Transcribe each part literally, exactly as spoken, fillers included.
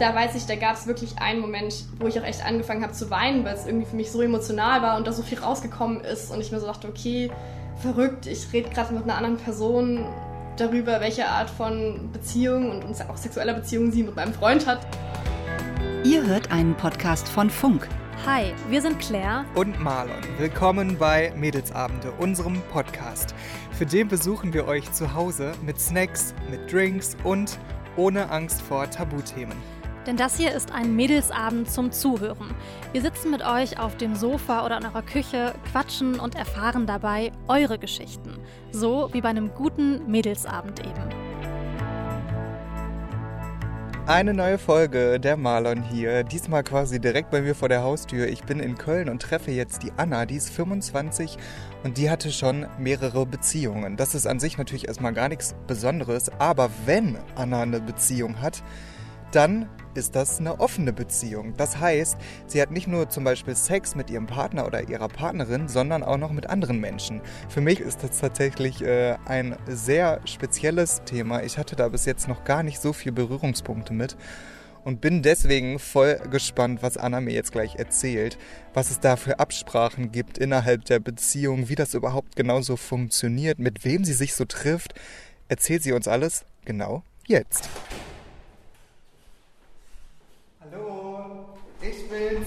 Da weiß ich, da gab es wirklich einen Moment, wo ich auch echt angefangen habe zu weinen, weil es irgendwie für mich so emotional war und da so viel rausgekommen ist und ich mir so dachte, okay, verrückt, ich rede gerade mit einer anderen Person darüber, welche Art von Beziehung und auch sexueller Beziehung sie mit meinem Freund hat. Ihr hört einen Podcast von Funk. Hi, wir sind Claire und Marlon. Willkommen bei Mädelsabende, unserem Podcast. Für den besuchen wir euch zu Hause mit Snacks, mit Drinks und ohne Angst vor Tabuthemen. Denn das hier ist ein Mädelsabend zum Zuhören. Wir sitzen mit euch auf dem Sofa oder in eurer Küche, quatschen und erfahren dabei eure Geschichten. So wie bei einem guten Mädelsabend eben. Eine neue Folge, der Marlon hier, diesmal quasi direkt bei mir vor der Haustür. Ich bin in Köln und treffe jetzt die Anna, die ist fünfundzwanzig und die hatte schon mehrere Beziehungen. Das ist an sich natürlich erstmal gar nichts Besonderes, aber wenn Anna eine Beziehung hat, dann ist das eine offene Beziehung. Das heißt, sie hat nicht nur zum Beispiel Sex mit ihrem Partner oder ihrer Partnerin, sondern auch noch mit anderen Menschen. Für mich ist das tatsächlich äh, ein sehr spezielles Thema. Ich hatte da bis jetzt noch gar nicht so viele Berührungspunkte mit und bin deswegen voll gespannt, was Anna mir jetzt gleich erzählt, was es da für Absprachen gibt innerhalb der Beziehung, wie das überhaupt genau so funktioniert, mit wem sie sich so trifft. Erzählt sie uns alles genau jetzt. Hallo, ich bin's.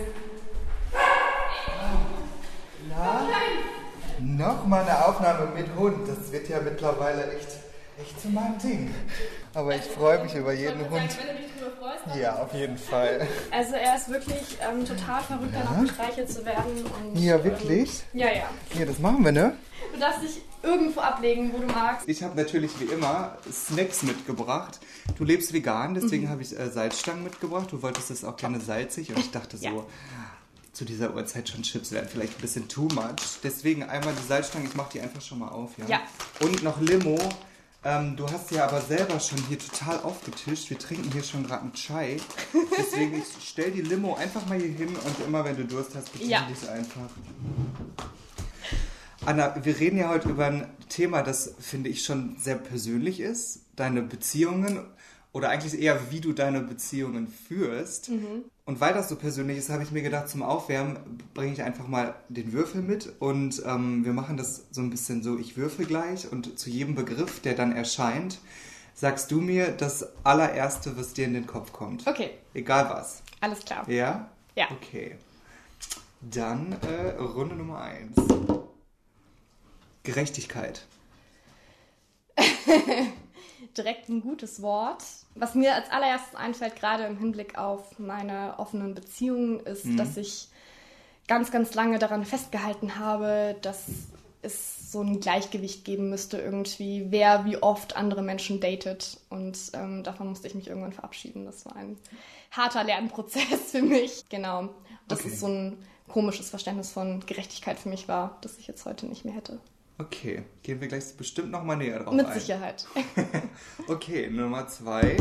Na? Nochmal eine Aufnahme mit Hund. Das wird ja mittlerweile echt, echt zu meinem Ding. Aber ich freue mich über jeden Hund. Sagen, wenn du dich drüber freust, ja, auf jeden Fall. Also er ist wirklich ähm, total verrückt, ja? danach gestreichelt zu werden. Und, ja, wirklich? Ähm, ja, ja. Ja, das machen wir, ne? Du darfst dich irgendwo ablegen, wo du magst. Ich habe natürlich wie immer Snacks mitgebracht. Du lebst vegan, deswegen mhm. habe ich äh, Salzstangen mitgebracht. Du wolltest das auch gerne salzig und ich dachte so, ja. zu dieser Uhrzeit schon Chips wären vielleicht ein bisschen too much. Deswegen einmal die Salzstangen, ich mache die einfach schon mal auf. Ja. ja. Und noch Limo. Ähm, du hast ja aber selber schon hier total aufgetischt. Wir trinken hier schon gerade einen Chai. Deswegen, ich stell die Limo einfach mal hier hin und immer wenn du Durst hast, bediene ja. dich einfach. Anna, wir reden ja heute über ein Thema, das, finde ich, schon sehr persönlich ist. Deine Beziehungen oder eigentlich eher, wie du deine Beziehungen führst. Mhm. Und weil das so persönlich ist, habe ich mir gedacht, zum Aufwärmen bringe ich einfach mal den Würfel mit. Und ähm, wir machen das so ein bisschen so, ich würfel gleich und zu jedem Begriff, der dann erscheint, sagst du mir das allererste, was dir in den Kopf kommt. Okay. Egal was. Alles klar. Ja? Ja. Okay. Dann äh, Runde Nummer eins. Gerechtigkeit. Direkt ein gutes Wort. Was mir als allererstes einfällt, gerade im Hinblick auf meine offenen Beziehungen, ist, mhm. dass ich ganz, ganz lange daran festgehalten habe, dass es so ein Gleichgewicht geben müsste irgendwie, wer wie oft andere Menschen datet. Und ähm, davon musste ich mich irgendwann verabschieden. Das war ein harter Lernprozess für mich. Genau. Das okay. ist so ein komisches Verständnis von Gerechtigkeit für mich war, das ich jetzt heute nicht mehr hätte. Okay, gehen wir gleich bestimmt noch mal näher drauf Mit ein. Mit Sicherheit. Okay, Nummer zwei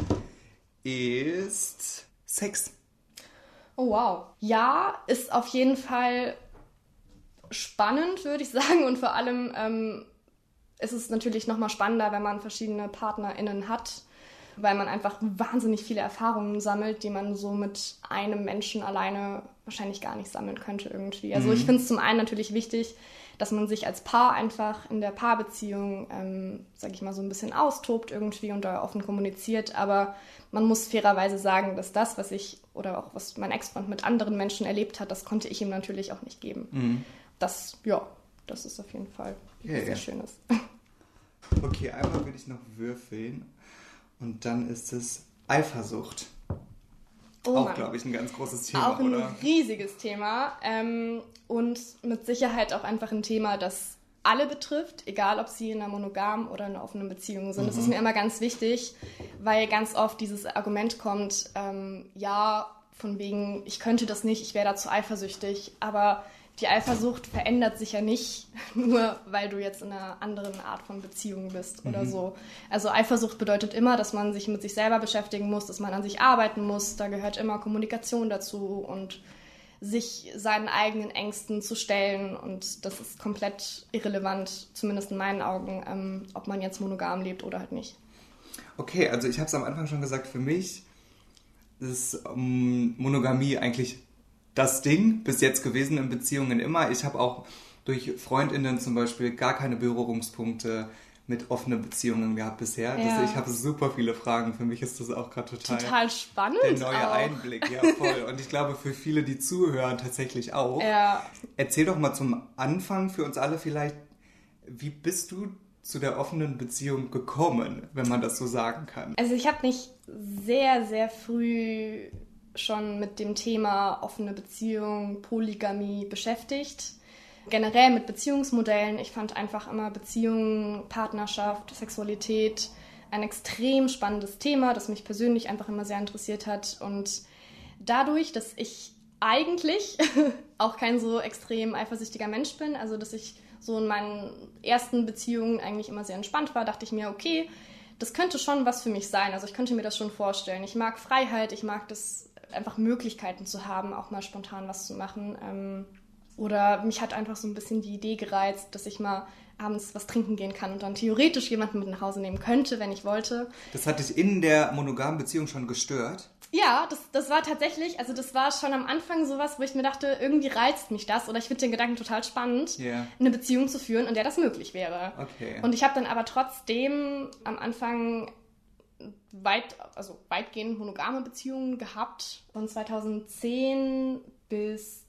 ist Sex. Oh wow. Ja, ist auf jeden Fall spannend, würde ich sagen. Und vor allem ähm, ist es natürlich noch mal spannender, wenn man verschiedene PartnerInnen hat, weil man einfach wahnsinnig viele Erfahrungen sammelt, die man so mit einem Menschen alleine wahrscheinlich gar nicht sammeln könnte irgendwie. Also mhm. ich finde es zum einen natürlich wichtig, dass man sich als Paar einfach in der Paarbeziehung, ähm, sag ich mal, so ein bisschen austobt irgendwie und da offen kommuniziert. Aber man muss fairerweise sagen, dass das, was ich oder auch was mein Ex-Freund mit anderen Menschen erlebt hat, das konnte ich ihm natürlich auch nicht geben. Mhm. Das, ja, das ist auf jeden Fall yeah, sehr yeah. Schönes. Okay, einmal will ich noch würfeln und dann ist es Eifersucht. Oh auch, glaube ich, ein ganz großes Thema, auch ein oder? riesiges Thema ähm, und mit Sicherheit auch einfach ein Thema, das alle betrifft, egal ob sie in einer monogamen oder in einer offenen Beziehung sind. Mhm. Das ist mir immer ganz wichtig, weil ganz oft dieses Argument kommt, ähm, ja, von wegen, ich könnte das nicht, ich wäre dazu eifersüchtig, aber die Eifersucht verändert sich ja nicht, nur weil du jetzt in einer anderen Art von Beziehung bist oder mhm. so. Also Eifersucht bedeutet immer, dass man sich mit sich selber beschäftigen muss, dass man an sich arbeiten muss. Da gehört immer Kommunikation dazu und sich seinen eigenen Ängsten zu stellen. Und das ist komplett irrelevant, zumindest in meinen Augen, ähm, ob man jetzt monogam lebt oder halt nicht. Okay, also ich habe es am Anfang schon gesagt, für mich ist ähm, Monogamie eigentlich das Ding bis jetzt gewesen in Beziehungen immer. Ich habe auch durch FreundInnen zum Beispiel gar keine Berührungspunkte mit offenen Beziehungen gehabt bisher. Ja. Das, ich habe super viele Fragen. Für mich ist das auch gerade total, total spannend. Der neue auch. Einblick, ja voll. Und ich glaube für viele, die zuhören, tatsächlich auch. Ja. Erzähl doch mal zum Anfang für uns alle vielleicht, wie bist du zu der offenen Beziehung gekommen, wenn man das so sagen kann? Also ich habe mich sehr, sehr früh schon mit dem Thema offene Beziehung, Polygamie beschäftigt. Generell mit Beziehungsmodellen. Ich fand einfach immer Beziehungen, Partnerschaft, Sexualität ein extrem spannendes Thema, das mich persönlich einfach immer sehr interessiert hat. Und dadurch, dass ich eigentlich auch kein so extrem eifersüchtiger Mensch bin, also dass ich so in meinen ersten Beziehungen eigentlich immer sehr entspannt war, dachte ich mir, okay, das könnte schon was für mich sein. Also ich könnte mir das schon vorstellen. Ich mag Freiheit, ich mag das, einfach Möglichkeiten zu haben, auch mal spontan was zu machen. Ähm, Oder mich hat einfach so ein bisschen die Idee gereizt, dass ich mal abends was trinken gehen kann und dann theoretisch jemanden mit nach Hause nehmen könnte, wenn ich wollte. Das hat dich in der monogamen Beziehung schon gestört? Ja, das, das war tatsächlich, also das war schon am Anfang sowas, wo ich mir dachte, irgendwie reizt mich das oder ich finde den Gedanken total spannend, yeah. eine Beziehung zu führen, in der das möglich wäre. Okay. Und ich habe dann aber trotzdem am Anfang weit, also weitgehend monogame Beziehungen gehabt. Von zweitausendzehn bis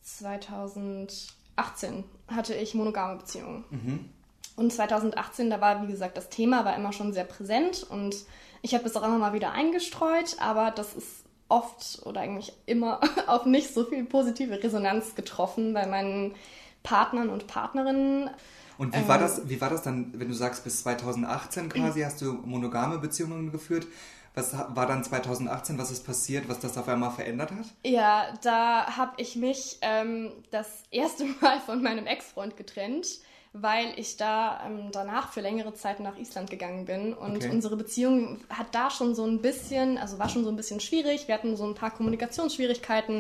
zweitausendachtzehn hatte ich monogame Beziehungen. Mhm. Und zweitausendachtzehn, da war, wie gesagt, das Thema war immer schon sehr präsent und ich habe es auch immer mal wieder eingestreut, aber das ist oft oder eigentlich immer auf nicht so viel positive Resonanz getroffen bei meinen Partnern und Partnerinnen. Und wie, ähm, war das, wie war das dann, wenn du sagst, bis zweitausendachtzehn quasi hast du monogame Beziehungen geführt? Was war dann zweitausendachtzehn, was ist passiert, was das auf einmal verändert hat? Ja, da habe ich mich ähm, das erste Mal von meinem Ex-Freund getrennt, weil ich da ähm, danach für längere Zeit nach Island gegangen bin. Und okay. unsere Beziehung hat da schon so ein bisschen, also war schon so ein bisschen schwierig. Wir hatten so ein paar Kommunikationsschwierigkeiten.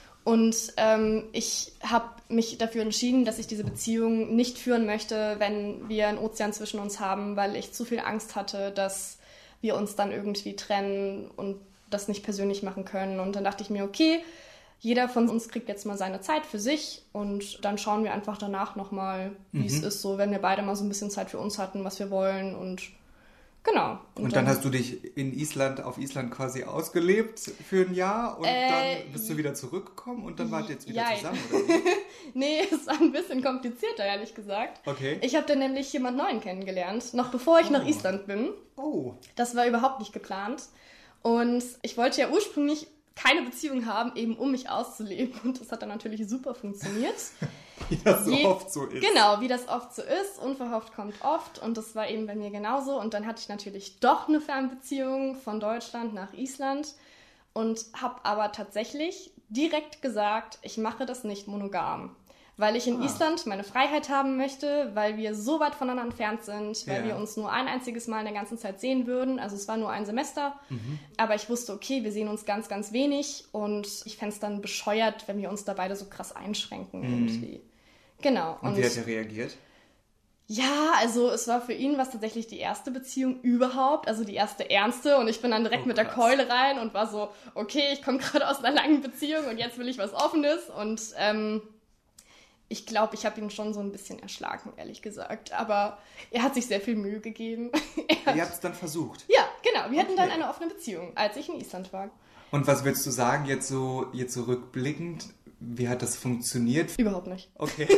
Und ähm, ich habe mich dafür entschieden, dass ich diese Beziehung nicht führen möchte, wenn wir einen Ozean zwischen uns haben, weil ich zu viel Angst hatte, dass wir uns dann irgendwie trennen und das nicht persönlich machen können. Und dann dachte ich mir, okay, jeder von uns kriegt jetzt mal seine Zeit für sich und dann schauen wir einfach danach nochmal, wie mhm. es ist, so wenn wir beide mal so ein bisschen Zeit für uns hatten, was wir wollen und genau. Und, und dann, dann hast du dich in Island, auf Island quasi ausgelebt für ein Jahr und äh, dann bist du wieder zurückgekommen und dann wart ihr jetzt wieder ja, zusammen, oder wie? Nee, es war ein bisschen komplizierter, ehrlich gesagt. Okay. Ich habe dann nämlich jemand Neuen kennengelernt, noch bevor ich oh. nach Island bin. Oh. Das war überhaupt nicht geplant. Und ich wollte ja ursprünglich keine Beziehung haben, eben um mich auszuleben. Und das hat dann natürlich super funktioniert. Wie das so Je- oft so ist. Genau, wie das oft so ist. Unverhofft kommt oft. Und das war eben bei mir genauso. Und dann hatte ich natürlich doch eine Fernbeziehung von Deutschland nach Island. Und habe aber tatsächlich direkt gesagt, ich mache das nicht monogam. Weil ich in ah. Island meine Freiheit haben möchte, weil wir so weit voneinander entfernt sind, weil ja. wir uns nur ein einziges Mal in der ganzen Zeit sehen würden. Also es war nur ein Semester, mhm. aber ich wusste, okay, wir sehen uns ganz, ganz wenig und ich fände es dann bescheuert, wenn wir uns da beide so krass einschränken mhm. irgendwie. Genau. Und, und wie hat er reagiert? Ja, also es war für ihn was tatsächlich die erste Beziehung überhaupt, also die erste ernste und ich bin dann direkt oh, mit der krass. Keule rein und war so, okay, ich komme gerade aus einer langen Beziehung und jetzt will ich was Offenes und ähm, ich glaube, ich habe ihn schon so ein bisschen erschlagen, ehrlich gesagt. Aber er hat sich sehr viel Mühe gegeben. Hat... Ihr habt es dann versucht? Ja, genau. Wir okay. hatten dann eine offene Beziehung, als ich in Island war. Und was würdest du sagen, jetzt so jetzt so rückblickend, wie hat das funktioniert? Überhaupt nicht. Okay.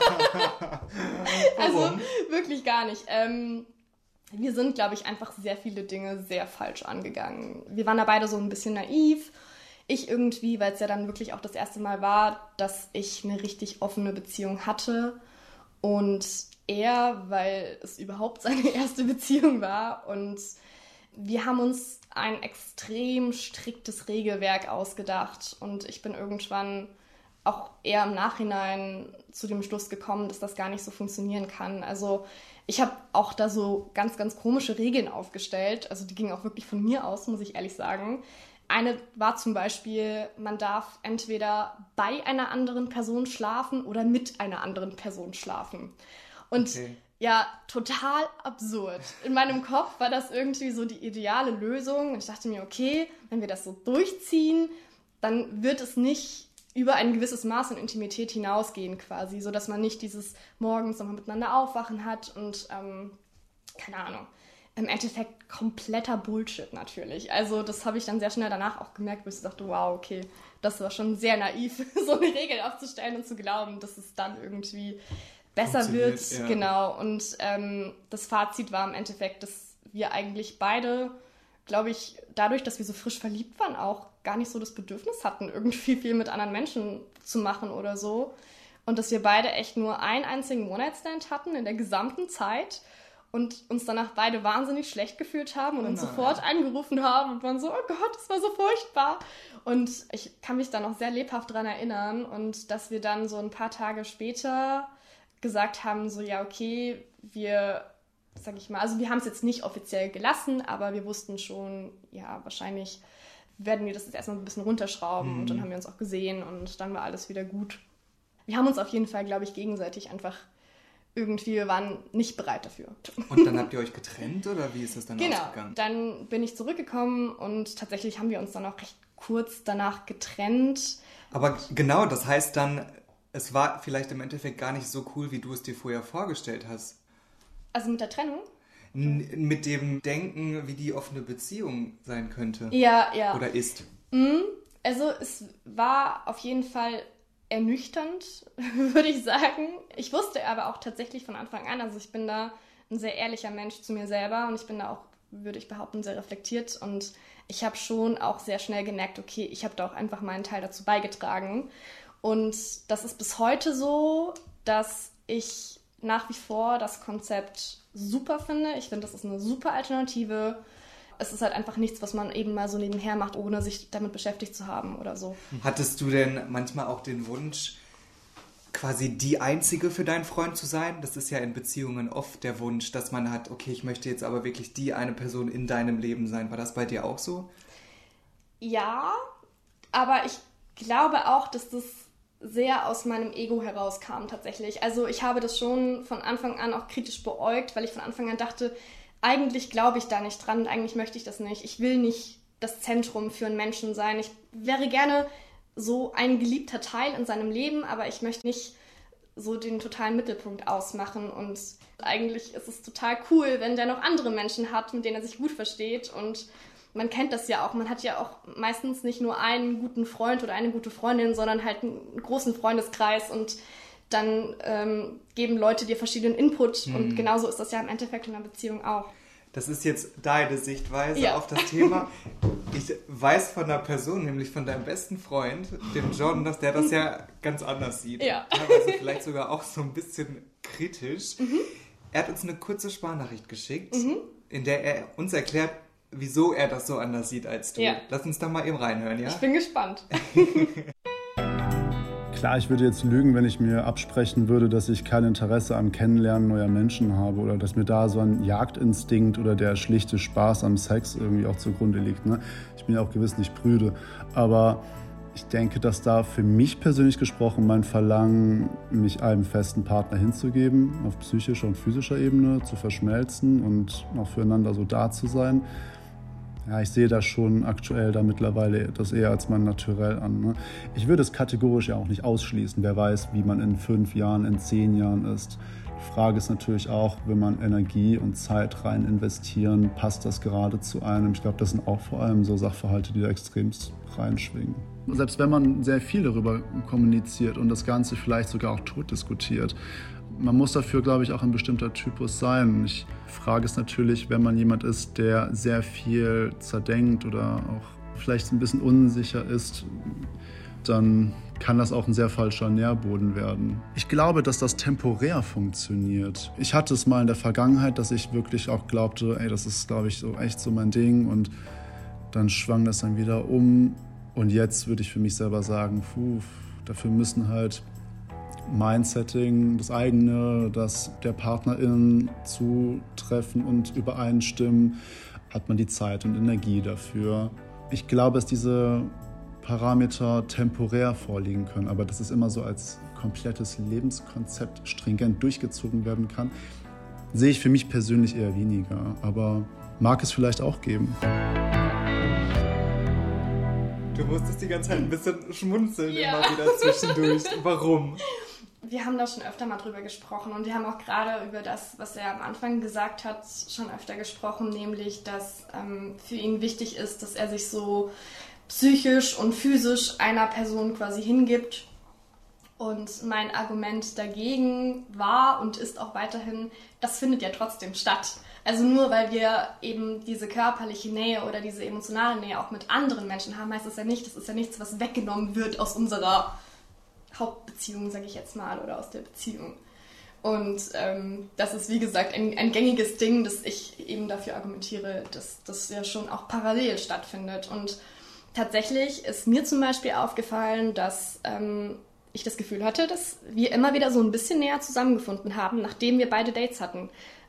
Also wirklich gar nicht. Ähm, wir sind, glaube ich, einfach sehr viele Dinge sehr falsch angegangen. Wir waren da beide so ein bisschen naiv. Ich irgendwie, weil es ja dann wirklich auch das erste Mal war, dass ich eine richtig offene Beziehung hatte und er, weil es überhaupt seine erste Beziehung war und wir haben uns ein extrem striktes Regelwerk ausgedacht und ich bin irgendwann auch eher im Nachhinein zu dem Schluss gekommen, dass das gar nicht so funktionieren kann. Also ich habe auch da so ganz, ganz komische Regeln aufgestellt, also die gingen auch wirklich von mir aus, muss ich ehrlich sagen. Eine war zum Beispiel, man darf entweder bei einer anderen Person schlafen oder mit einer anderen Person schlafen. Und okay. Ja, total absurd. In meinem Kopf war das irgendwie so die ideale Lösung. Und ich dachte mir, okay, wenn wir das so durchziehen, dann wird es nicht über ein gewisses Maß an Intimität hinausgehen quasi, sodass man nicht dieses morgens nochmal miteinander aufwachen hat und, ähm, keine Ahnung, im Endeffekt kompletter Bullshit natürlich. Also das habe ich dann sehr schnell danach auch gemerkt, wo ich so dachte, wow, okay, das war schon sehr naiv, so eine Regel aufzustellen und zu glauben, dass es dann irgendwie besser wird. Ja. Genau. Und ähm, das Fazit war im Endeffekt, dass wir eigentlich beide, glaube ich, dadurch, dass wir so frisch verliebt waren, auch gar nicht so das Bedürfnis hatten, irgendwie viel mit anderen Menschen zu machen oder so. Und dass wir beide echt nur einen einzigen One-Night-Stand hatten in der gesamten Zeit und uns danach beide wahnsinnig schlecht gefühlt haben und oh uns sofort angerufen haben und waren so, oh Gott, das war so furchtbar. Und ich kann mich da noch sehr lebhaft dran erinnern und dass wir dann so ein paar Tage später gesagt haben, so ja, okay, wir, sag ich mal, also wir haben es jetzt nicht offiziell gelassen, aber wir wussten schon, ja, wahrscheinlich werden wir das jetzt erstmal ein bisschen runterschrauben. Mhm. Und dann haben wir uns auch gesehen und dann war alles wieder gut. Wir haben uns auf jeden Fall, glaube ich, gegenseitig einfach irgendwie, wir waren nicht bereit dafür. Und dann habt ihr euch getrennt oder wie ist das dann genau. ausgegangen? Dann bin ich zurückgekommen und tatsächlich haben wir uns dann auch recht kurz danach getrennt. Aber genau, das heißt dann, es war vielleicht im Endeffekt gar nicht so cool, wie du es dir vorher vorgestellt hast. Also mit der Trennung? N- mit dem Denken, wie die offene Beziehung sein könnte. Ja, ja. Oder ist. Mhm. Also es war auf jeden Fall ernüchternd, würde ich sagen. Ich wusste aber auch tatsächlich von Anfang an, also ich bin da ein sehr ehrlicher Mensch zu mir selber und ich bin da auch, würde ich behaupten, sehr reflektiert und ich habe schon auch sehr schnell gemerkt, okay, ich habe da auch einfach meinen Teil dazu beigetragen. Und das ist bis heute so, dass ich nach wie vor das Konzept super finde. Ich finde, das ist eine super Alternative. Es ist halt einfach nichts, was man eben mal so nebenher macht, ohne sich damit beschäftigt zu haben oder so. Hattest du denn manchmal auch den Wunsch, quasi die Einzige für deinen Freund zu sein? Das ist ja in Beziehungen oft der Wunsch, dass man hat, okay, ich möchte jetzt aber wirklich die eine Person in deinem Leben sein. War das bei dir auch so? Ja, aber ich glaube auch, dass das sehr aus meinem Ego herauskam tatsächlich. Also ich habe das schon von Anfang an auch kritisch beäugt, weil ich von Anfang an dachte, eigentlich glaube ich da nicht dran und eigentlich möchte ich das nicht. Ich will nicht das Zentrum für einen Menschen sein. Ich wäre gerne so ein geliebter Teil in seinem Leben, aber ich möchte nicht so den totalen Mittelpunkt ausmachen und eigentlich ist es total cool, wenn der noch andere Menschen hat, mit denen er sich gut versteht und man kennt das ja auch, man hat ja auch meistens nicht nur einen guten Freund oder eine gute Freundin, sondern halt einen großen Freundeskreis und dann ähm, geben Leute dir verschiedenen Input mhm. und genauso ist das ja im Endeffekt in einer Beziehung auch. Das ist jetzt deine Sichtweise ja. auf das Thema. Ich weiß von einer Person, nämlich von deinem besten Freund, dem John, dass der das ja ganz anders sieht. Ja. Teilweise vielleicht sogar auch so ein bisschen kritisch. Mhm. Er hat uns eine kurze Sprachnachricht geschickt, mhm. in der er uns erklärt, wieso er das so anders sieht als du. Ja. Lass uns da mal eben reinhören, ja? Ich bin gespannt. Klar, ich würde jetzt lügen, wenn ich mir absprechen würde, dass ich kein Interesse am Kennenlernen neuer Menschen habe oder dass mir da so ein Jagdinstinkt oder der schlichte Spaß am Sex irgendwie auch zugrunde liegt. Ne? Ich bin ja auch gewiss nicht prüde, aber ich denke, dass da für mich persönlich gesprochen mein Verlangen, mich einem festen Partner hinzugeben, auf psychischer und physischer Ebene zu verschmelzen und auch füreinander so da zu sein. Ja, ich sehe das schon aktuell da mittlerweile das eher als mein Naturell an. Ne? Ich würde es kategorisch ja auch nicht ausschließen. Wer weiß, wie man in fünf Jahren, in zehn Jahren ist. Die Frage ist natürlich auch, wenn man Energie und Zeit rein investieren, passt das gerade zu einem? Ich glaube, das sind auch vor allem so Sachverhalte, die da extremst reinschwingen. Selbst wenn man sehr viel darüber kommuniziert und das Ganze vielleicht sogar auch tot diskutiert, man muss dafür, glaube ich, auch ein bestimmter Typus sein. Ich frage es natürlich, wenn man jemand ist, der sehr viel zerdenkt oder auch vielleicht ein bisschen unsicher ist, dann kann das auch ein sehr falscher Nährboden werden. Ich glaube, dass das temporär funktioniert. Ich hatte es mal in der Vergangenheit, dass ich wirklich auch glaubte, ey, das ist, glaube ich, so echt so mein Ding und dann schwang das dann wieder um und jetzt würde ich für mich selber sagen, puh, dafür müssen halt Mindsetting, das eigene, das der PartnerInnen zutreffen und übereinstimmen, hat man die Zeit und Energie dafür. Ich glaube, dass diese Parameter temporär vorliegen können, aber dass es immer so als komplettes Lebenskonzept stringent durchgezogen werden kann, sehe ich für mich persönlich eher weniger, aber mag es vielleicht auch geben. Du musstest die ganze Zeit ein bisschen schmunzeln, ja. immer wieder zwischendurch. Warum? Wir haben da schon öfter mal drüber gesprochen und wir haben auch gerade über das, was er am Anfang gesagt hat, schon öfter gesprochen, nämlich, dass ähm, für ihn wichtig ist, dass er sich so psychisch und physisch einer Person quasi hingibt. Und mein Argument dagegen war und ist auch weiterhin, das findet ja trotzdem statt. Also nur weil wir eben diese körperliche Nähe oder diese emotionale Nähe auch mit anderen Menschen haben, heißt das ja nicht, das ist ja nichts, was weggenommen wird aus unserer Hauptbeziehung, sage ich jetzt mal, oder aus der Beziehung. Und ähm, das ist, wie gesagt, ein, ein gängiges Ding, dass ich eben dafür argumentiere, dass das ja schon auch parallel stattfindet. Und tatsächlich ist mir zum Beispiel aufgefallen, dass ähm, ich das Gefühl hatte, dass wir immer wieder so ein bisschen näher zusammengefunden haben, nachdem wir beide Dates hatten.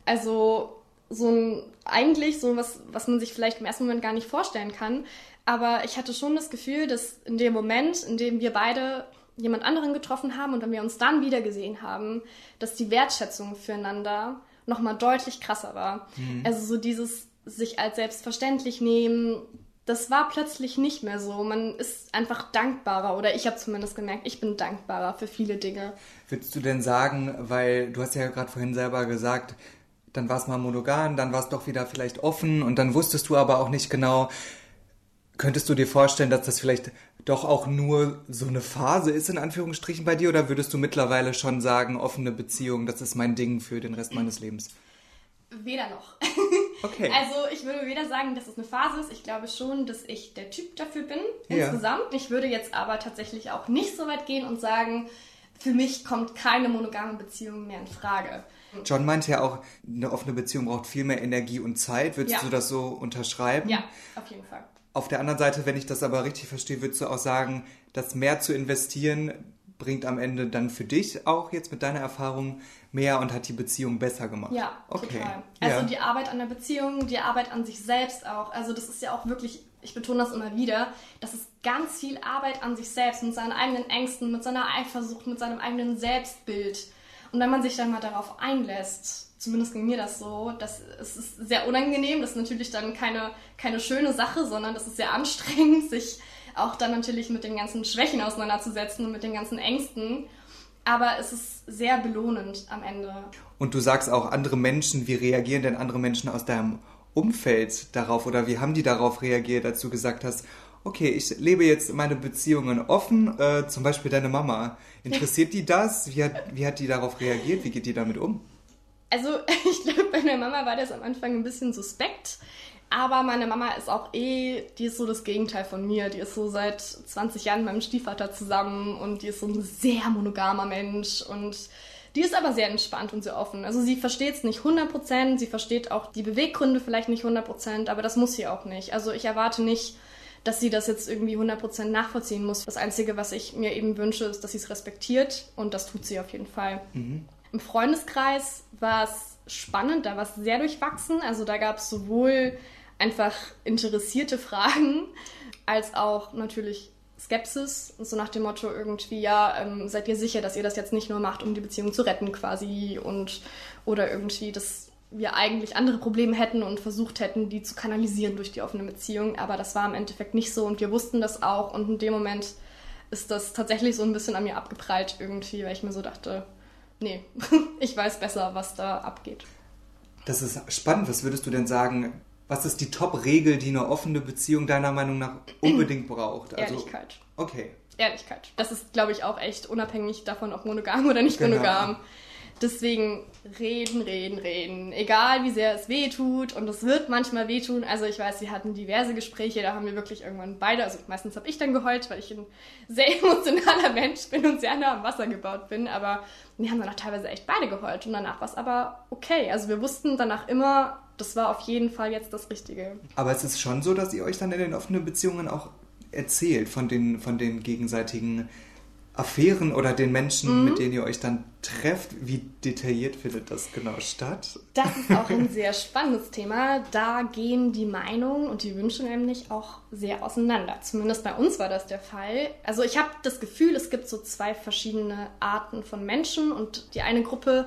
Also so ein, eigentlich so was, was man sich vielleicht im ersten Moment gar nicht vorstellen kann. Aber ich hatte schon das Gefühl, dass in dem Moment, in dem wir beide jemand anderen getroffen haben und wenn wir uns dann wieder gesehen haben, dass die Wertschätzung füreinander nochmal deutlich krasser war. Mhm. Also so dieses sich als selbstverständlich nehmen, das war plötzlich nicht mehr so. Man ist einfach dankbarer, oder ich habe zumindest gemerkt, ich bin dankbarer für viele Dinge. Würdest du denn sagen, weil du hast ja gerade vorhin selber gesagt, dann war es mal monogam, dann war es doch wieder vielleicht offen und dann wusstest du aber auch nicht genau, könntest du dir vorstellen, dass das vielleicht doch auch nur so eine Phase ist, in Anführungsstrichen, bei dir? Oder würdest du mittlerweile schon sagen, offene Beziehung, das ist mein Ding für den Rest meines Lebens? Weder noch. Okay. Also ich würde weder sagen, dass es eine Phase ist. Ich glaube schon, dass ich der Typ dafür bin, ja. insgesamt. Ich würde jetzt aber tatsächlich auch nicht so weit gehen und sagen, für mich kommt keine monogame Beziehung mehr in Frage. John meinte ja auch, eine offene Beziehung braucht viel mehr Energie und Zeit. Würdest ja. du das so unterschreiben? Ja, auf jeden Fall. Auf der anderen Seite, wenn ich das aber richtig verstehe, würdest du auch sagen, dass mehr zu investieren bringt am Ende dann für dich auch jetzt mit deiner Erfahrung mehr und hat die Beziehung besser gemacht? Ja, okay. total. Also ja. die Arbeit an der Beziehung, die Arbeit an sich selbst auch. Also das ist ja auch wirklich, ich betone das immer wieder, das ist ganz viel Arbeit an sich selbst, mit seinen eigenen Ängsten, mit seiner Eifersucht, mit seinem eigenen Selbstbild. Und wenn man sich dann mal darauf einlässt, zumindest ging mir das so, das, es ist sehr unangenehm, das ist natürlich dann keine, keine schöne Sache, sondern das ist sehr anstrengend, sich auch dann natürlich mit den ganzen Schwächen auseinanderzusetzen und mit den ganzen Ängsten. Aber es ist sehr belohnend am Ende. Und du sagst auch, andere Menschen, wie reagieren denn andere Menschen aus deinem Umfeld darauf oder wie haben die darauf reagiert, als du gesagt hast, okay, ich lebe jetzt meine Beziehungen offen, äh, zum Beispiel deine Mama. Interessiert die das? Wie hat, wie hat die darauf reagiert? Wie geht die damit um? Also ich glaube, bei meiner Mama war das am Anfang ein bisschen suspekt. Aber meine Mama ist auch eh, die ist so das Gegenteil von mir. Die ist so seit zwanzig Jahren mit meinem Stiefvater zusammen und die ist so ein sehr monogamer Mensch und die ist aber sehr entspannt und sehr offen. Also sie versteht es nicht hundert Prozent, sie versteht auch die Beweggründe vielleicht nicht hundert Prozent, aber das muss sie auch nicht. Also ich erwarte nicht, dass sie das jetzt irgendwie hundert Prozent nachvollziehen muss. Das Einzige, was ich mir eben wünsche, ist, dass sie es respektiert und das tut sie auf jeden Fall. Mhm. Im Freundeskreis war es spannend, da war es sehr durchwachsen. Also da gab es sowohl einfach interessierte Fragen, als auch natürlich Skepsis, so nach dem Motto irgendwie, ja, ähm, seid ihr sicher, dass ihr das jetzt nicht nur macht, um die Beziehung zu retten quasi und oder irgendwie, dass wir eigentlich andere Probleme hätten und versucht hätten, die zu kanalisieren durch die offene Beziehung, aber das war im Endeffekt nicht so und wir wussten das auch und in dem Moment ist das tatsächlich so ein bisschen an mir abgeprallt irgendwie, weil ich mir so dachte, nee, ich weiß besser, was da abgeht. Das ist spannend, was würdest du denn sagen, was ist die Top-Regel, die eine offene Beziehung deiner Meinung nach unbedingt braucht? Also, Ehrlichkeit. Okay. Ehrlichkeit. Das ist, glaube ich, auch echt unabhängig davon, ob monogam oder nicht genau. monogam. Deswegen reden, reden, reden. Egal, wie sehr es weh tut. Und es wird manchmal wehtun. Also ich weiß, wir hatten diverse Gespräche, da haben wir wirklich irgendwann beide, also meistens habe ich dann geheult, weil ich ein sehr emotionaler Mensch bin und sehr nah am Wasser gebaut bin. Aber wir haben danach teilweise echt beide geheult. Und danach war es aber okay. Also wir wussten danach immer, das war auf jeden Fall jetzt das Richtige. Aber es ist schon so, dass ihr euch dann in den offenen Beziehungen auch erzählt von den, von den gegenseitigen Affären oder den Menschen, mhm. mit denen ihr euch dann trefft. Wie detailliert findet das genau statt? Das ist auch ein sehr spannendes Thema. Da gehen die Meinungen und die Wünsche nämlich auch sehr auseinander. Zumindest bei uns war das der Fall. Also ich habe das Gefühl, es gibt so zwei verschiedene Arten von Menschen und die eine Gruppe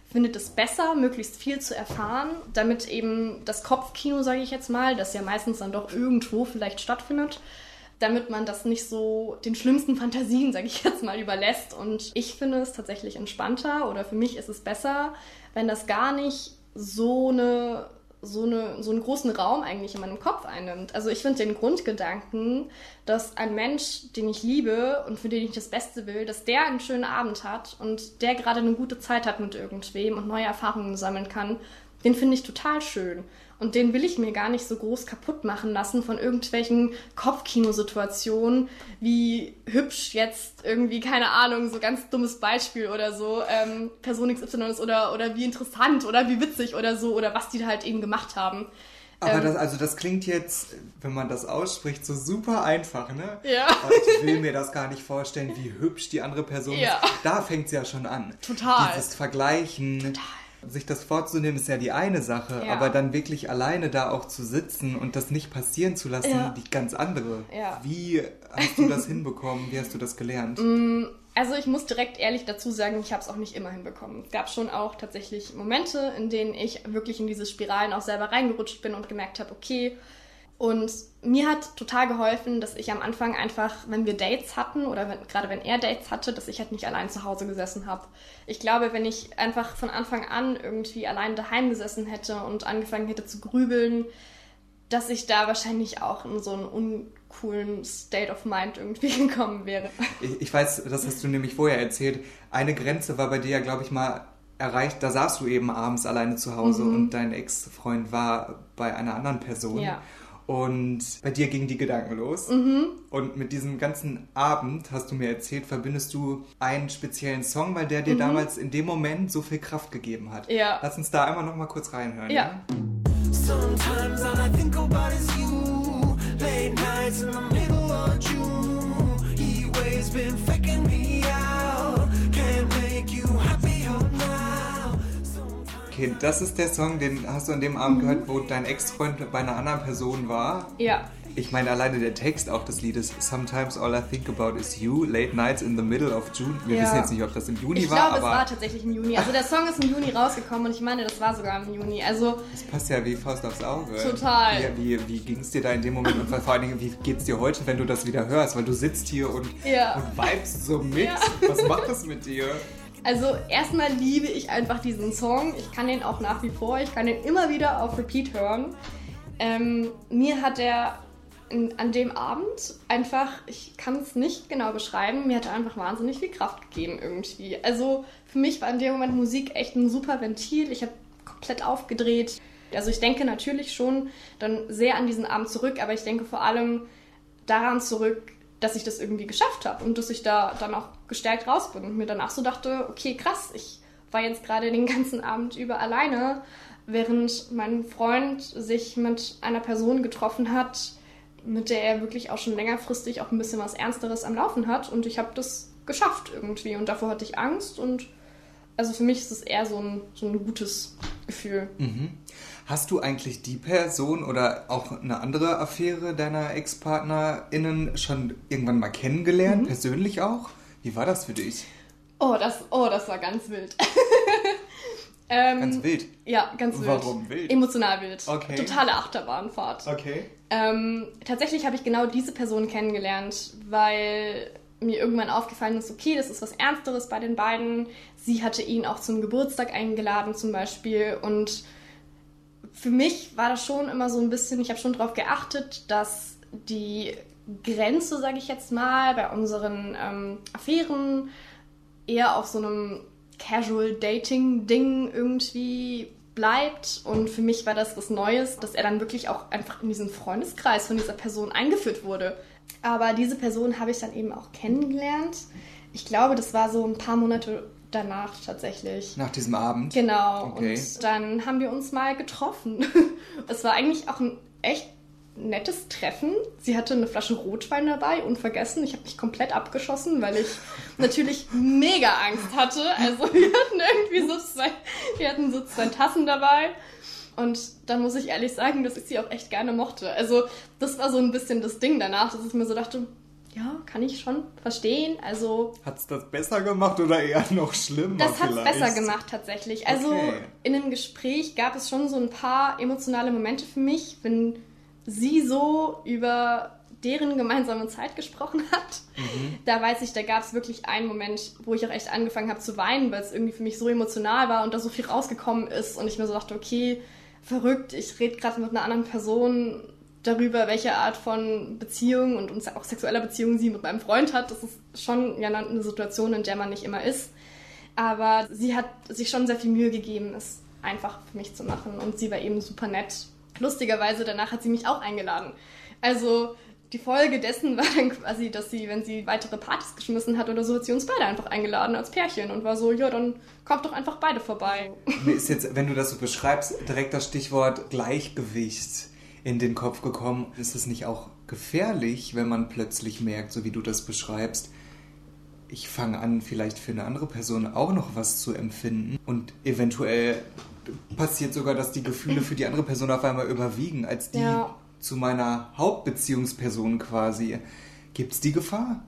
findet es besser, möglichst viel zu erfahren, damit eben das Kopfkino, sage ich jetzt mal, das ja meistens dann doch irgendwo vielleicht stattfindet, damit man das nicht so den schlimmsten Fantasien, sage ich jetzt mal, überlässt. Und ich finde es tatsächlich entspannter oder für mich ist es besser, wenn das gar nicht so eine so, eine, so einen großen Raum eigentlich in meinem Kopf einnimmt. Also ich finde den Grundgedanken, dass ein Mensch, den ich liebe und für den ich das Beste will, dass der einen schönen Abend hat und der gerade eine gute Zeit hat mit irgendwem und neue Erfahrungen sammeln kann, den finde ich total schön. Und den will ich mir gar nicht so groß kaputt machen lassen von irgendwelchen Kopfkinosituationen, wie hübsch jetzt irgendwie, keine Ahnung, so ganz dummes Beispiel oder so, ähm, Person X Y ist oder, oder wie interessant oder wie witzig oder so oder was die da halt eben gemacht haben. Aber ähm, das, also das klingt jetzt, wenn man das ausspricht, so super einfach, ne? Ja. Aber ich will mir das gar nicht vorstellen, wie hübsch die andere Person ja. ist. Da fängt es ja schon an. Total. Dieses Vergleichen. Total. Sich das vorzunehmen, ist ja die eine Sache, ja. aber dann wirklich alleine da auch zu sitzen und das nicht passieren zu lassen, ja. die ganz andere. Ja. Wie hast du das hinbekommen? Wie hast du das gelernt? Also ich muss direkt ehrlich dazu sagen, ich habe es auch nicht immer hinbekommen. Es gab schon auch tatsächlich Momente, in denen ich wirklich in diese Spiralen auch selber reingerutscht bin und gemerkt habe, okay. Und mir hat total geholfen, dass ich am Anfang einfach, wenn wir Dates hatten oder wenn, gerade wenn er Dates hatte, dass ich halt nicht allein zu Hause gesessen habe. Ich glaube, wenn ich einfach von Anfang an irgendwie allein daheim gesessen hätte und angefangen hätte zu grübeln, dass ich da wahrscheinlich auch in so einen uncoolen State of Mind irgendwie gekommen wäre. Ich, ich weiß, das hast du nämlich vorher erzählt. Eine Grenze war bei dir ja, glaube ich, mal erreicht. Da saßt du eben abends alleine zu Hause mhm. und dein Ex-Freund war bei einer anderen Person. Ja. Und bei dir gingen die Gedanken los. Mhm. Und mit diesem ganzen Abend, hast du mir erzählt, verbindest du einen speziellen Song, weil der dir mhm. damals in dem Moment so viel Kraft gegeben hat. Ja. Lass uns da einmal noch mal kurz reinhören. Ja. ja? Sometimes all I think about is you. Late nights in the middle of June. He always been faking me out. Can't make you happier now. Okay, das ist der Song, den hast du an dem Abend gehört, wo dein Ex-Freund bei einer anderen Person war. Ja. Ich meine, alleine der Text auch des Liedes Sometimes all I think about is you, late nights in the middle of June. Wir ja. wissen jetzt nicht, ob das im Juni ich war, glaube, aber... es war tatsächlich im Juni. Also der Song ist im Juni rausgekommen und ich meine, das war sogar im Juni. Also das passt ja wie Faust aufs Auge. Total. Wie, wie, wie ging es dir da in dem Moment und vor allen Dingen, wie geht es dir heute, wenn du das wieder hörst? Weil du sitzt hier und, ja. und vibest so mit. Ja. Was macht das mit dir? Also erstmal liebe ich einfach diesen Song. Ich kann den auch nach wie vor. Ich kann den immer wieder auf Repeat hören. Ähm, mir hat er in, an dem Abend einfach, ich kann es nicht genau beschreiben, mir hat er einfach wahnsinnig viel Kraft gegeben irgendwie. Also für mich war in dem Moment Musik echt ein super Ventil. Ich habe komplett aufgedreht. Also ich denke natürlich schon dann sehr an diesen Abend zurück, aber ich denke vor allem daran zurück, dass ich das irgendwie geschafft habe und dass ich da dann auch gestärkt raus bin und mir danach so dachte, okay, krass, ich war jetzt gerade den ganzen Abend über alleine, während mein Freund sich mit einer Person getroffen hat, mit der er wirklich auch schon längerfristig auch ein bisschen was Ernsteres am Laufen hat und ich habe das geschafft irgendwie und davor hatte ich Angst und also für mich ist es eher so ein, so ein gutes Gefühl. Mhm. Hast du eigentlich die Person oder auch eine andere Affäre deiner ExpartnerInnen schon irgendwann mal kennengelernt, mhm. persönlich auch? Wie war das für dich? Oh, das, oh, das war ganz wild. ähm, ganz wild? Ja, ganz wild. Warum wild? Emotional wild. Okay. Totale Achterbahnfahrt. Okay. Ähm, tatsächlich habe ich genau diese Person kennengelernt, weil mir irgendwann aufgefallen ist, okay, das ist was Ernsteres bei den beiden. Sie hatte ihn auch zum Geburtstag eingeladen zum Beispiel und für mich war das schon immer so ein bisschen, ich habe schon darauf geachtet, dass die Grenze, sage ich jetzt mal, bei unseren ähm, Affären eher auf so einem Casual-Dating-Ding irgendwie bleibt. Und für mich war das was Neues, dass er dann wirklich auch einfach in diesen Freundeskreis von dieser Person eingeführt wurde. Aber diese Person habe ich dann eben auch kennengelernt. Ich glaube, das war so ein paar Monate danach tatsächlich. Nach diesem Abend? Genau. Okay. Und dann haben wir uns mal getroffen. Es war eigentlich auch ein echt nettes Treffen. Sie hatte eine Flasche Rotwein dabei, unvergessen. Ich habe mich komplett abgeschossen, weil ich natürlich mega Angst hatte. Also wir hatten irgendwie so zwei, wir hatten so zwei Tassen dabei. Und dann muss ich ehrlich sagen, dass ich sie auch echt gerne mochte. Also das war so ein bisschen das Ding danach, dass ich mir so dachte, Ja, kann ich schon verstehen. Also hat es das besser gemacht oder eher noch schlimmer? Das hat es vielleicht? besser gemacht tatsächlich. Also Okay. in einem Gespräch gab es schon so ein paar emotionale Momente für mich, wenn sie so über deren gemeinsame Zeit gesprochen hat. Mhm. Da weiß ich, da gab es wirklich einen Moment, wo ich auch echt angefangen habe zu weinen, weil es irgendwie für mich so emotional war und da so viel rausgekommen ist und ich mir so dachte, okay, verrückt, ich rede gerade mit einer anderen Person darüber, welche Art von Beziehung und auch sexueller Beziehung sie mit meinem Freund hat. Das ist schon ja eine Situation, in der man nicht immer ist. Aber sie hat sich schon sehr viel Mühe gegeben, es einfach für mich zu machen. Und sie war eben super nett. Lustigerweise, danach hat sie mich auch eingeladen. Also die Folge dessen war dann quasi, dass sie, wenn sie weitere Partys geschmissen hat oder so, hat sie uns beide einfach eingeladen als Pärchen und war so, ja, dann kommt doch einfach beide vorbei. Mir ist jetzt, wenn du das so beschreibst, direkt das Stichwort Gleichgewicht in den Kopf gekommen. Ist es nicht auch gefährlich, wenn man plötzlich merkt, so wie du das beschreibst, ich fange an, vielleicht für eine andere Person auch noch was zu empfinden und eventuell passiert sogar, dass die Gefühle für die andere Person auf einmal überwiegen, als die ja. zu meiner Hauptbeziehungsperson quasi. Gibt es die Gefahr?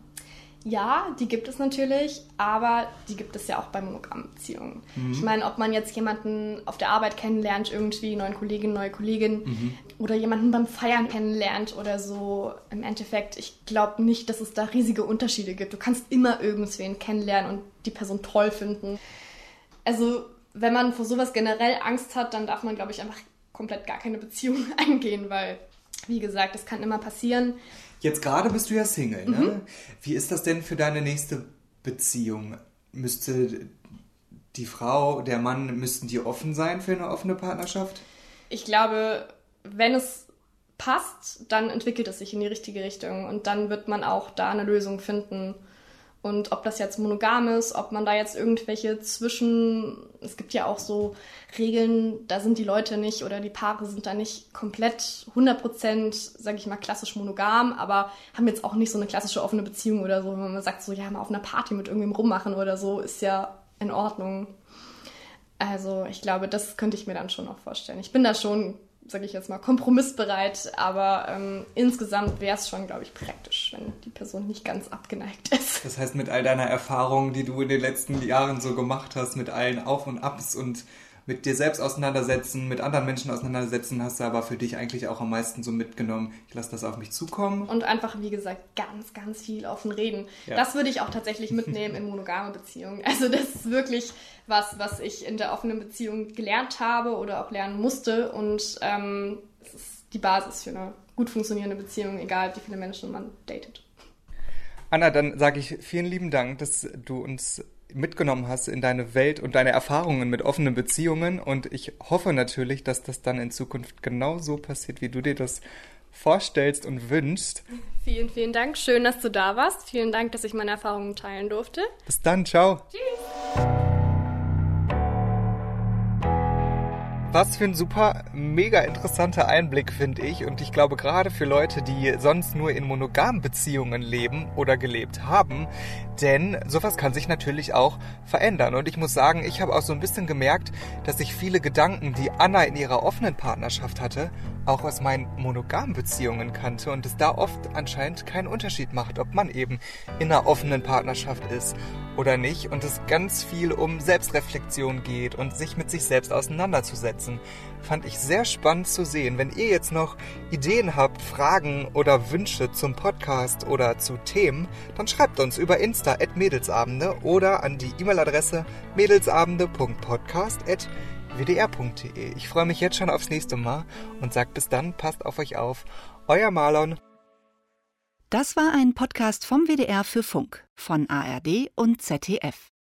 Ja, die gibt es natürlich, aber die gibt es ja auch bei monogamen Beziehungen. Mhm. Ich meine, ob man jetzt jemanden auf der Arbeit kennenlernt, irgendwie neuen Kollegin, neue Kollegin mhm. oder jemanden beim Feiern kennenlernt oder so, im Endeffekt, ich glaube nicht, dass es da riesige Unterschiede gibt. Du kannst immer irgendwen kennenlernen und die Person toll finden. Also, wenn man vor sowas generell Angst hat, dann darf man, glaube ich, einfach komplett gar keine Beziehung eingehen, weil, wie gesagt, das kann immer passieren. Jetzt gerade bist du ja Single, ne? Mhm. Wie ist das denn für deine nächste Beziehung? Müsste die Frau, der Mann, müssten die offen sein für eine offene Partnerschaft? Ich glaube, wenn es passt, dann entwickelt es sich in die richtige Richtung und dann wird man auch da eine Lösung finden. Und ob das jetzt monogam ist, ob man da jetzt irgendwelche zwischen... Es gibt ja auch so Regeln, da sind die Leute nicht oder die Paare sind da nicht komplett hundert Prozent, sage ich mal, klassisch monogam, aber haben jetzt auch nicht so eine klassische offene Beziehung oder so. Wenn man sagt so, ja, mal auf einer Party mit irgendwem rummachen oder so, ist ja in Ordnung. Also ich glaube, das könnte ich mir dann schon auch vorstellen. Ich bin da schon, sage ich jetzt mal, kompromissbereit, aber ähm, insgesamt wäre es schon, glaube ich, praktisch, wenn die Person nicht ganz abgeneigt ist. Das heißt, mit all deiner Erfahrung, die du in den letzten Jahren so gemacht hast, mit allen Auf- und Abs und mit dir selbst auseinandersetzen, mit anderen Menschen auseinandersetzen, hast du aber für dich eigentlich auch am meisten so mitgenommen, ich lasse das auf mich zukommen. Und einfach, wie gesagt, ganz, ganz viel offen reden. Ja. Das würde ich auch tatsächlich mitnehmen in monogame Beziehungen. Also das ist wirklich was, was ich in der offenen Beziehung gelernt habe oder auch lernen musste. Und ähm, es ist die Basis für eine gut funktionierende Beziehung, egal wie viele Menschen man datet. Anna, dann sage ich vielen lieben Dank, dass du uns mitgenommen hast in deine Welt und deine Erfahrungen mit offenen Beziehungen und ich hoffe natürlich, dass das dann in Zukunft genau so passiert, wie du dir das vorstellst und wünschst. Vielen, vielen Dank. Schön, dass du da warst. Vielen Dank, dass ich meine Erfahrungen teilen durfte. Bis dann. Ciao. Tschüss. Was für ein super, mega interessanter Einblick, finde ich. Und ich glaube, gerade für Leute, die sonst nur in monogamen Beziehungen leben oder gelebt haben, denn sowas kann sich natürlich auch verändern. Und ich muss sagen, ich habe auch so ein bisschen gemerkt, dass ich viele Gedanken, die Anna in ihrer offenen Partnerschaft hatte, auch aus meinen monogamen Beziehungen kannte und es da oft anscheinend keinen Unterschied macht, ob man eben in einer offenen Partnerschaft ist oder nicht und es ganz viel um Selbstreflexion geht und sich mit sich selbst auseinanderzusetzen. Fand ich sehr spannend zu sehen. Wenn ihr jetzt noch Ideen habt, Fragen oder Wünsche zum Podcast oder zu Themen, dann schreibt uns über Insta at Mädelsabende oder an die E-Mail-Adresse mädelsabende punkt podcast at w d r punkt d e. Ich freue mich jetzt schon aufs nächste Mal und sagt bis dann, passt auf euch auf. Euer Marlon. Das war ein Podcast vom W D R für Funk von A R D und Z D F.